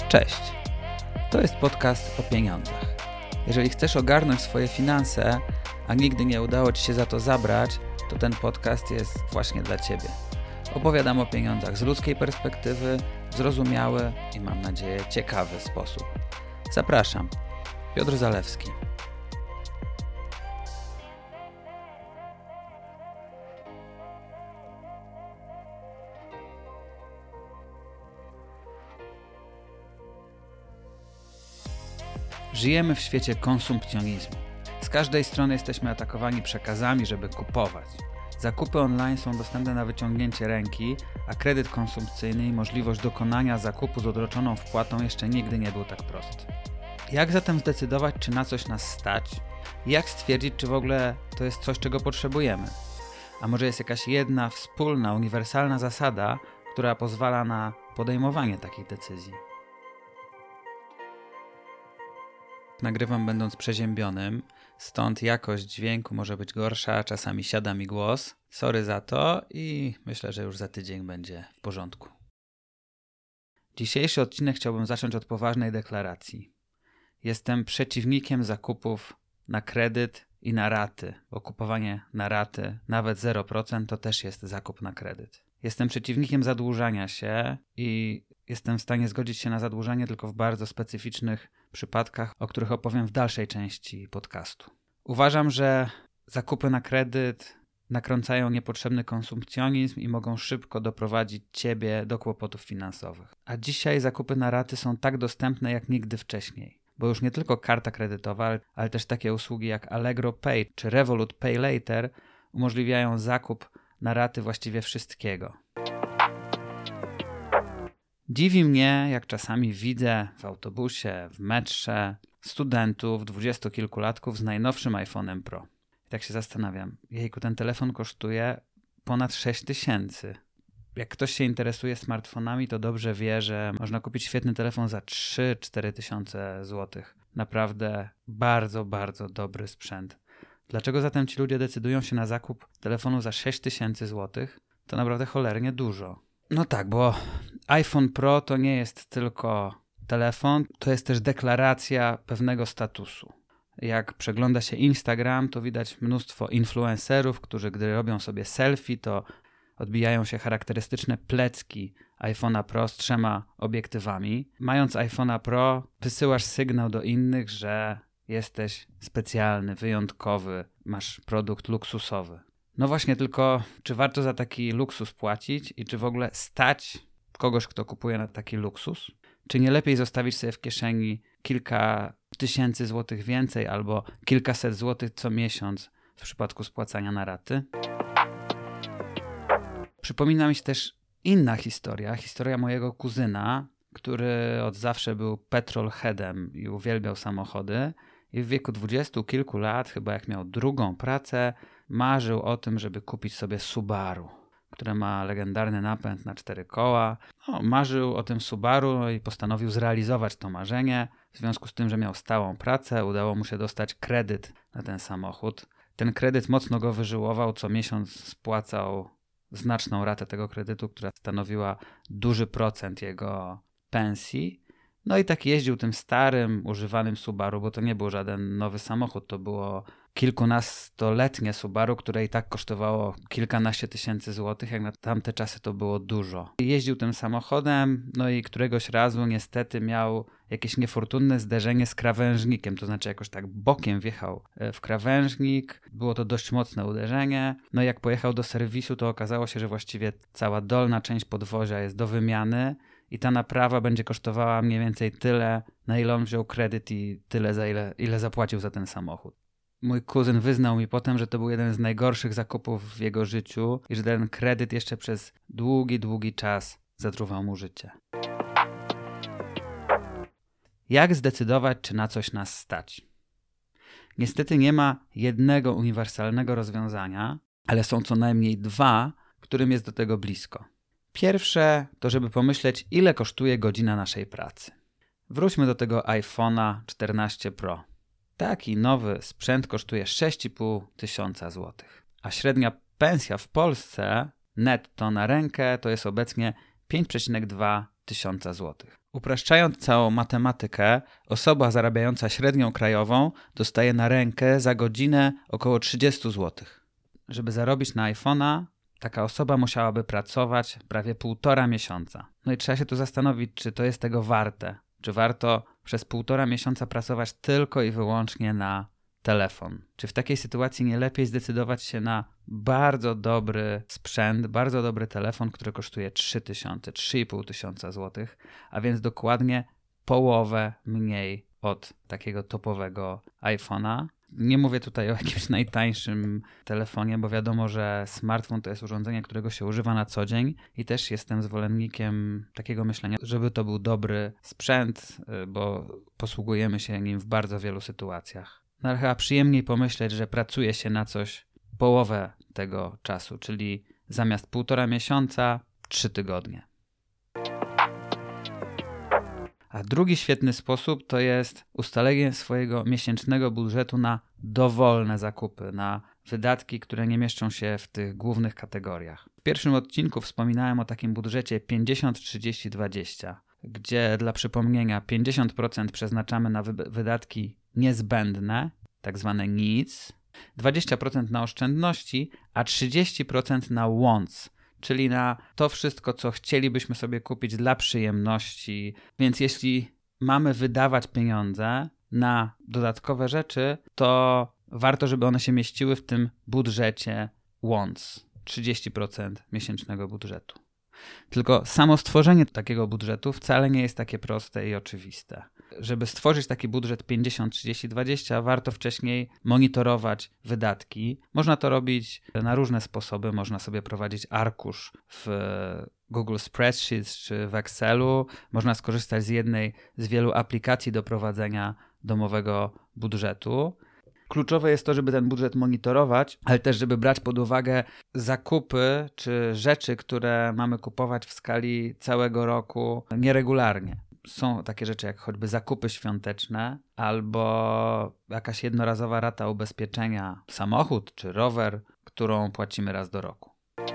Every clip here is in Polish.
Cześć, to jest podcast o pieniądzach. Jeżeli chcesz ogarnąć swoje finanse, a nigdy nie udało Ci się za to zabrać, to ten podcast jest właśnie dla Ciebie. Opowiadam o pieniądzach z ludzkiej perspektywy, w zrozumiały i mam nadzieję ciekawy sposób. Zapraszam, Piotr Zalewski. Żyjemy w świecie konsumpcjonizmu. Z każdej strony jesteśmy atakowani przekazami, żeby kupować. Zakupy online są dostępne na wyciągnięcie ręki, a kredyt konsumpcyjny i możliwość dokonania zakupu z odroczoną wpłatą jeszcze nigdy nie był tak prosty. Jak zatem zdecydować, czy na coś nas stać? Jak stwierdzić, czy w ogóle to jest coś, czego potrzebujemy? A może jest jakaś jedna, wspólna, uniwersalna zasada, która pozwala na podejmowanie takich decyzji? Nagrywam będąc przeziębionym, stąd jakość dźwięku może być gorsza, czasami siada mi głos. Sorry za to i myślę, że już za tydzień będzie w porządku. Dzisiejszy odcinek chciałbym zacząć od poważnej deklaracji. Jestem przeciwnikiem zakupów na kredyt i na raty, bo kupowanie na raty, nawet 0%, to też jest zakup na kredyt. Jestem przeciwnikiem zadłużania się i jestem w stanie zgodzić się na zadłużanie tylko w bardzo specyficznych przypadkach, o których opowiem w dalszej części podcastu. Uważam, że zakupy na kredyt nakręcają niepotrzebny konsumpcjonizm i mogą szybko doprowadzić Ciebie do kłopotów finansowych. A dzisiaj zakupy na raty są tak dostępne jak nigdy wcześniej, bo już nie tylko karta kredytowa, ale też takie usługi jak Allegro Pay czy Revolut Pay Later umożliwiają zakup na raty właściwie wszystkiego. Dziwi mnie, jak czasami widzę w autobusie, w metrze studentów, 20-kilkulatków z najnowszym iPhone'em Pro. I tak się zastanawiam, jejku, ten telefon kosztuje ponad 6 000. Jak ktoś się interesuje smartfonami, to dobrze wie, że można kupić świetny telefon za 3-4 tysiące złotych. Naprawdę bardzo, bardzo dobry sprzęt. Dlaczego zatem ci ludzie decydują się na zakup telefonu za 6 000 złotych? To naprawdę cholernie dużo. No tak, bo iPhone Pro to nie jest tylko telefon, to jest też deklaracja pewnego statusu. Jak przegląda się Instagram, to widać mnóstwo influencerów, którzy gdy robią sobie selfie, to odbijają się charakterystyczne plecki iPhone'a Pro z 3 obiektywami. Mając iPhone'a Pro, wysyłasz sygnał do innych, że jesteś specjalny, wyjątkowy, masz produkt luksusowy. No właśnie, tylko czy warto za taki luksus płacić i czy w ogóle stać kogoś, kto kupuje na taki luksus? Czy nie lepiej zostawić sobie w kieszeni kilka tysięcy złotych więcej albo kilkaset złotych co miesiąc w przypadku spłacania na raty? Przypomina mi się też inna historia mojego kuzyna, który od zawsze był petrolheadem i uwielbiał samochody i w wieku 20 kilku lat, chyba jak miał drugą pracę, marzył o tym, żeby kupić sobie Subaru, które ma legendarny napęd na 4 koła. Marzył o tym Subaru i postanowił zrealizować to marzenie. W związku z tym, że miał stałą pracę, udało mu się dostać kredyt na ten samochód. Ten kredyt mocno go wyżyłował, co miesiąc spłacał znaczną ratę tego kredytu, która stanowiła duży procent jego pensji. No i tak jeździł tym starym, używanym Subaru, bo to nie był żaden nowy samochód, to było kilkunastoletnie Subaru, które i tak kosztowało kilkanaście tysięcy złotych, jak na tamte czasy to było dużo. Jeździł tym samochodem, no i któregoś razu niestety miał jakieś niefortunne zderzenie z krawężnikiem, to znaczy jakoś tak bokiem wjechał w krawężnik, było to dość mocne uderzenie, no i jak pojechał do serwisu, to okazało się, że właściwie cała dolna część podwozia jest do wymiany i ta naprawa będzie kosztowała mniej więcej tyle, na ile on wziął kredyt i tyle, ile zapłacił za ten samochód. Mój kuzyn wyznał mi potem, że to był jeden z najgorszych zakupów w jego życiu i że ten kredyt jeszcze przez długi, długi czas zatruwał mu życie. Jak zdecydować, czy na coś nas stać? Niestety nie ma jednego uniwersalnego rozwiązania, ale są co najmniej 2, którym jest do tego blisko. Pierwsze to, żeby pomyśleć, ile kosztuje godzina naszej pracy. Wróćmy do tego iPhone'a 14 Pro. Taki nowy sprzęt kosztuje 6,5 tysiąca złotych, a średnia pensja w Polsce netto na rękę to jest obecnie 5,2 1000 zł. Upraszczając całą matematykę, osoba zarabiająca średnią krajową dostaje na rękę za godzinę około 30 zł. Żeby zarobić na iPhone'a, taka osoba musiałaby pracować prawie 1,5 miesiąca. No i trzeba się tu zastanowić, czy to jest tego warte. Czy warto przez 1,5 miesiąca pracować tylko i wyłącznie na telefon? Czy w takiej sytuacji nie lepiej zdecydować się na bardzo dobry sprzęt, bardzo dobry telefon, który kosztuje 3000, 3500 zł, a więc dokładnie połowę mniej od takiego topowego iPhone'a? Nie mówię tutaj o jakimś najtańszym telefonie, bo wiadomo, że smartfon to jest urządzenie, którego się używa na co dzień i też jestem zwolennikiem takiego myślenia, żeby to był dobry sprzęt, bo posługujemy się nim w bardzo wielu sytuacjach. No ale chyba przyjemniej pomyśleć, że pracuje się na coś połowę tego czasu, czyli zamiast 1,5 miesiąca, 3 tygodnie. A drugi świetny sposób to jest ustalenie swojego miesięcznego budżetu na dowolne zakupy, na wydatki, które nie mieszczą się w tych głównych kategoriach. W pierwszym odcinku wspominałem o takim budżecie 50-30-20, gdzie dla przypomnienia 50% przeznaczamy na wydatki niezbędne, tak zwane needs, 20% na oszczędności, a 30% na wants, czyli na to wszystko, co chcielibyśmy sobie kupić dla przyjemności. Więc jeśli mamy wydawać pieniądze na dodatkowe rzeczy, to warto, żeby one się mieściły w tym budżecie wants, 30% miesięcznego budżetu. Tylko samo stworzenie takiego budżetu wcale nie jest takie proste i oczywiste. Żeby stworzyć taki budżet 50, 30, 20, warto wcześniej monitorować wydatki. Można to robić na różne sposoby. Można sobie prowadzić arkusz w Google Spreadsheets czy w Excelu. Można skorzystać z jednej z wielu aplikacji do prowadzenia domowego budżetu. Kluczowe jest to, żeby ten budżet monitorować, ale też, żeby brać pod uwagę zakupy czy rzeczy, które mamy kupować w skali całego roku nieregularnie. Są takie rzeczy jak choćby zakupy świąteczne albo jakaś jednorazowa rata ubezpieczenia, samochód czy rower, którą płacimy raz do roku.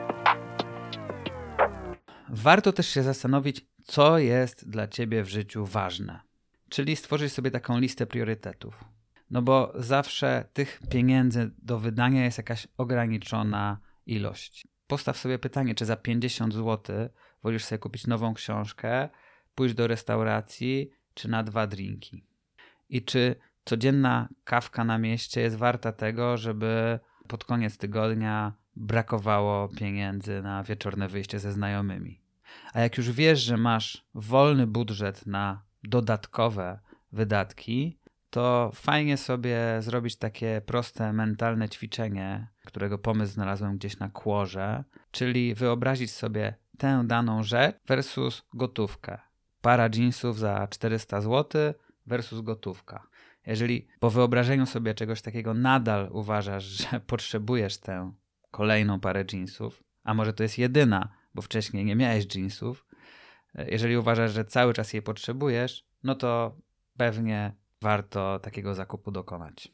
Warto też się zastanowić, co jest dla ciebie w życiu ważne, czyli stworzyć sobie taką listę priorytetów. No bo zawsze tych pieniędzy do wydania jest jakaś ograniczona ilość. Postaw sobie pytanie, czy za 50 zł wolisz sobie kupić nową książkę, pójść do restauracji, czy na 2 drinki. I czy codzienna kawka na mieście jest warta tego, żeby pod koniec tygodnia brakowało pieniędzy na wieczorne wyjście ze znajomymi. A jak już wiesz, że masz wolny budżet na dodatkowe wydatki, to fajnie sobie zrobić takie proste mentalne ćwiczenie, którego pomysł znalazłem gdzieś na Quorze, czyli wyobrazić sobie tę daną rzecz versus gotówkę. Para jeansów za 400 zł versus gotówka. Jeżeli po wyobrażeniu sobie czegoś takiego nadal uważasz, że potrzebujesz tę kolejną parę jeansów, a może to jest jedyna, bo wcześniej nie miałeś jeansów, jeżeli uważasz, że cały czas jej potrzebujesz, no to pewnie warto takiego zakupu dokonać.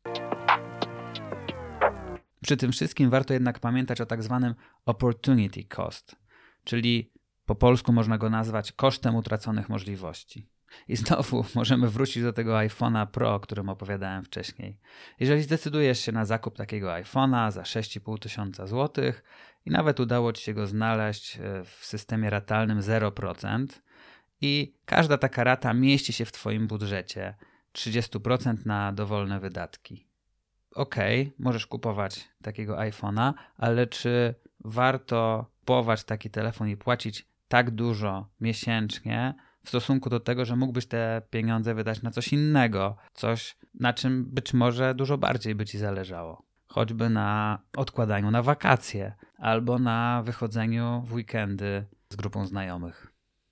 Przy tym wszystkim warto jednak pamiętać o tak zwanym opportunity cost, czyli po polsku można go nazwać kosztem utraconych możliwości. I znowu możemy wrócić do tego iPhone'a Pro, o którym opowiadałem wcześniej. Jeżeli zdecydujesz się na zakup takiego iPhone'a za 6500 zł i nawet udało ci się go znaleźć w systemie ratalnym 0% i każda taka rata mieści się w twoim budżecie 30% na dowolne wydatki. Okej, możesz kupować takiego iPhone'a, ale czy warto kupować taki telefon i płacić tak dużo miesięcznie w stosunku do tego, że mógłbyś te pieniądze wydać na coś innego, coś, na czym być może dużo bardziej by ci zależało. Choćby na odkładaniu na wakacje albo na wychodzeniu w weekendy z grupą znajomych.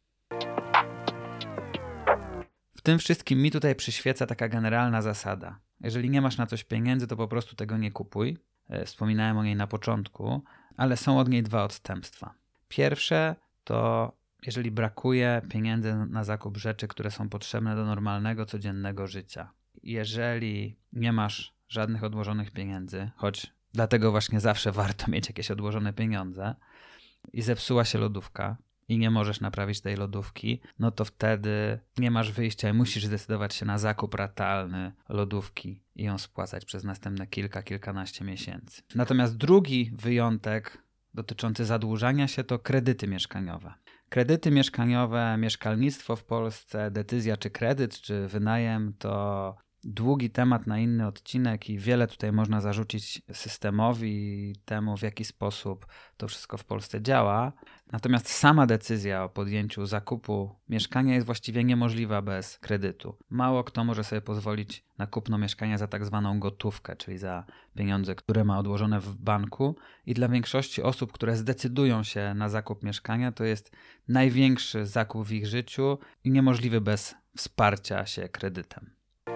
W tym wszystkim mi tutaj przyświeca taka generalna zasada. Jeżeli nie masz na coś pieniędzy, to po prostu tego nie kupuj. Wspominałem o niej na początku, ale są od niej 2 odstępstwa. Pierwsze to jeżeli brakuje pieniędzy na zakup rzeczy, które są potrzebne do normalnego, codziennego życia. Jeżeli nie masz żadnych odłożonych pieniędzy, choć dlatego właśnie zawsze warto mieć jakieś odłożone pieniądze i zepsuła się lodówka i nie możesz naprawić tej lodówki, no to wtedy nie masz wyjścia i musisz zdecydować się na zakup ratalny lodówki i ją spłacać przez następne kilkanaście miesięcy. Natomiast drugi wyjątek dotyczący zadłużania się to kredyty mieszkaniowe. Kredyty mieszkaniowe, mieszkalnictwo w Polsce, decyzja czy kredyt, czy wynajem to długi temat na inny odcinek i wiele tutaj można zarzucić systemowi i temu, w jaki sposób to wszystko w Polsce działa. Natomiast sama decyzja o podjęciu zakupu mieszkania jest właściwie niemożliwa bez kredytu. Mało kto może sobie pozwolić na kupno mieszkania za tak zwaną gotówkę, czyli za pieniądze, które ma odłożone w banku, i dla większości osób, które zdecydują się na zakup mieszkania, to jest największy zakup w ich życiu i niemożliwy bez wsparcia się kredytem.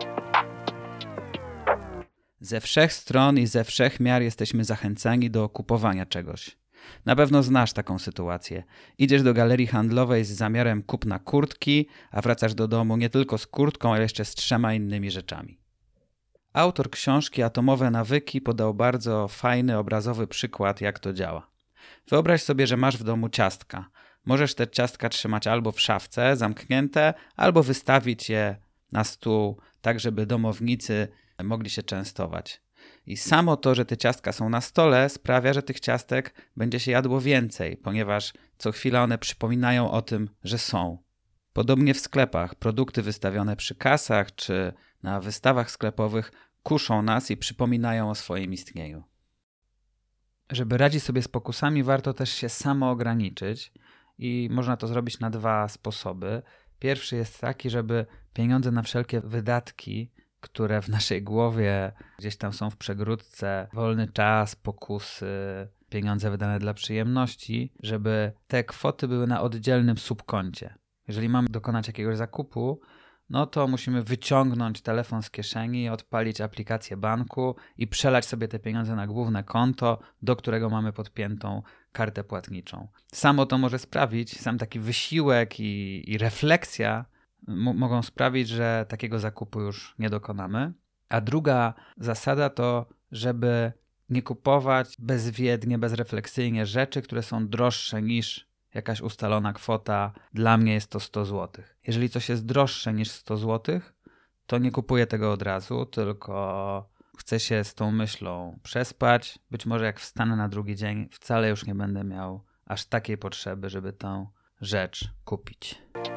Ze wszech stron i ze wszech miar jesteśmy zachęcani do kupowania czegoś. Na pewno znasz taką sytuację. Idziesz do galerii handlowej z zamiarem kupna kurtki, a wracasz do domu nie tylko z kurtką, ale jeszcze z 3 innymi rzeczami. Autor książki Atomowe nawyki podał bardzo fajny, obrazowy przykład, jak to działa. Wyobraź sobie, że masz w domu ciastka. Możesz te ciastka trzymać albo w szafce zamknięte, albo wystawić je na stół, tak żeby domownicy mogli się częstować. I samo to, że te ciastka są na stole, sprawia, że tych ciastek będzie się jadło więcej, ponieważ co chwila one przypominają o tym, że są. Podobnie w sklepach. Produkty wystawione przy kasach czy na wystawach sklepowych kuszą nas i przypominają o swoim istnieniu. Żeby radzić sobie z pokusami, warto też się samo ograniczyć i można to zrobić na 2 sposoby. Pierwszy jest taki, żeby pieniądze na wszelkie wydatki, które w naszej głowie gdzieś tam są w przegródce, wolny czas, pokusy, pieniądze wydane dla przyjemności, żeby te kwoty były na oddzielnym subkoncie. Jeżeli mamy dokonać jakiegoś zakupu, no to musimy wyciągnąć telefon z kieszeni, odpalić aplikację banku i przelać sobie te pieniądze na główne konto, do którego mamy podpiętą kartę płatniczą. Samo to może sprawić, sam taki wysiłek i refleksja mogą sprawić, że takiego zakupu już nie dokonamy. A druga zasada to, żeby nie kupować bezwiednie, bezrefleksyjnie rzeczy, które są droższe niż jakaś ustalona kwota. Dla mnie jest to 100 zł. Jeżeli coś jest droższe niż 100 zł, to nie kupuję tego od razu, tylko chcę się z tą myślą przespać. Być może jak wstanę na drugi dzień, wcale już nie będę miał aż takiej potrzeby, żeby tę rzecz kupić.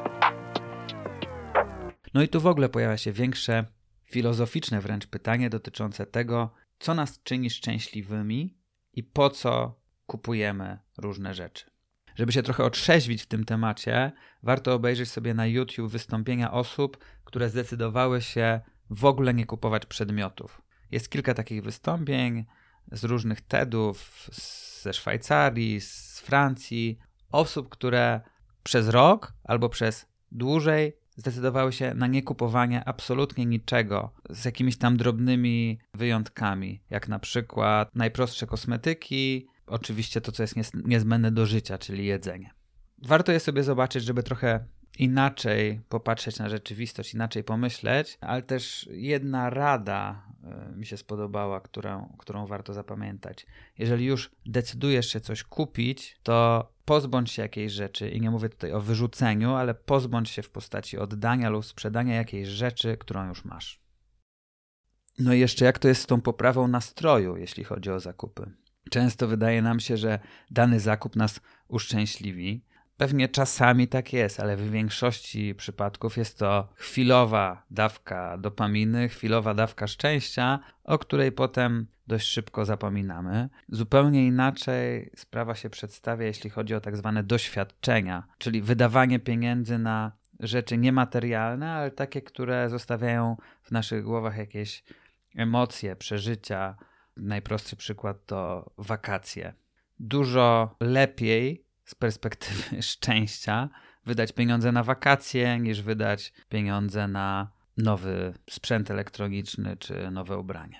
No i tu w ogóle pojawia się większe, filozoficzne wręcz pytanie dotyczące tego, co nas czyni szczęśliwymi i po co kupujemy różne rzeczy. Żeby się trochę otrzeźwić w tym temacie, warto obejrzeć sobie na YouTube wystąpienia osób, które zdecydowały się w ogóle nie kupować przedmiotów. Jest kilka takich wystąpień z różnych TED-ów, ze Szwajcarii, z Francji, osób, które przez rok albo przez dłużej zdecydowały się na niekupowanie absolutnie niczego, z jakimiś tam drobnymi wyjątkami, jak na przykład najprostsze kosmetyki, oczywiście to, co jest niezbędne do życia, czyli jedzenie. Warto je sobie zobaczyć, żeby trochę inaczej popatrzeć na rzeczywistość, inaczej pomyśleć, ale też jedna rada mi się spodobała, którą warto zapamiętać. Jeżeli już decydujesz się coś kupić, to pozbądź się jakiejś rzeczy, i nie mówię tutaj o wyrzuceniu, ale pozbądź się w postaci oddania lub sprzedania jakiejś rzeczy, którą już masz. No i jeszcze jak to jest z tą poprawą nastroju, jeśli chodzi o zakupy? Często wydaje nam się, że dany zakup nas uszczęśliwi. Pewnie czasami tak jest, ale w większości przypadków jest to chwilowa dawka dopaminy, chwilowa dawka szczęścia, o której potem dość szybko zapominamy. Zupełnie inaczej sprawa się przedstawia, jeśli chodzi o tak zwane doświadczenia, czyli wydawanie pieniędzy na rzeczy niematerialne, ale takie, które zostawiają w naszych głowach jakieś emocje, przeżycia. Najprostszy przykład to wakacje. Dużo lepiej z perspektywy szczęścia wydać pieniądze na wakacje, niż wydać pieniądze na nowy sprzęt elektroniczny czy nowe ubranie.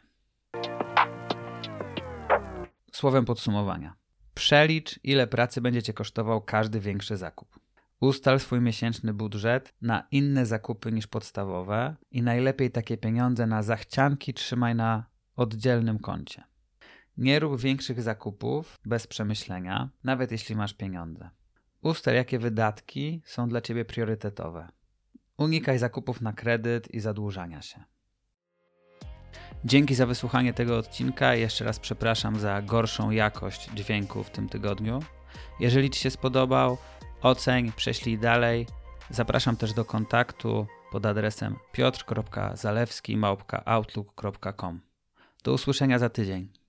Słowem podsumowania. Przelicz, ile pracy będzie cię kosztował każdy większy zakup. Ustal swój miesięczny budżet na inne zakupy niż podstawowe i najlepiej takie pieniądze na zachcianki trzymaj na oddzielnym koncie. Nie rób większych zakupów bez przemyślenia, nawet jeśli masz pieniądze. Ustal, jakie wydatki są dla ciebie priorytetowe. Unikaj zakupów na kredyt i zadłużania się. Dzięki za wysłuchanie tego odcinka. Jeszcze raz przepraszam za gorszą jakość dźwięku w tym tygodniu. Jeżeli ci się spodobał, oceń, prześlij dalej. Zapraszam też do kontaktu pod adresem piotr.zalewski@outlook.com. Do usłyszenia za tydzień.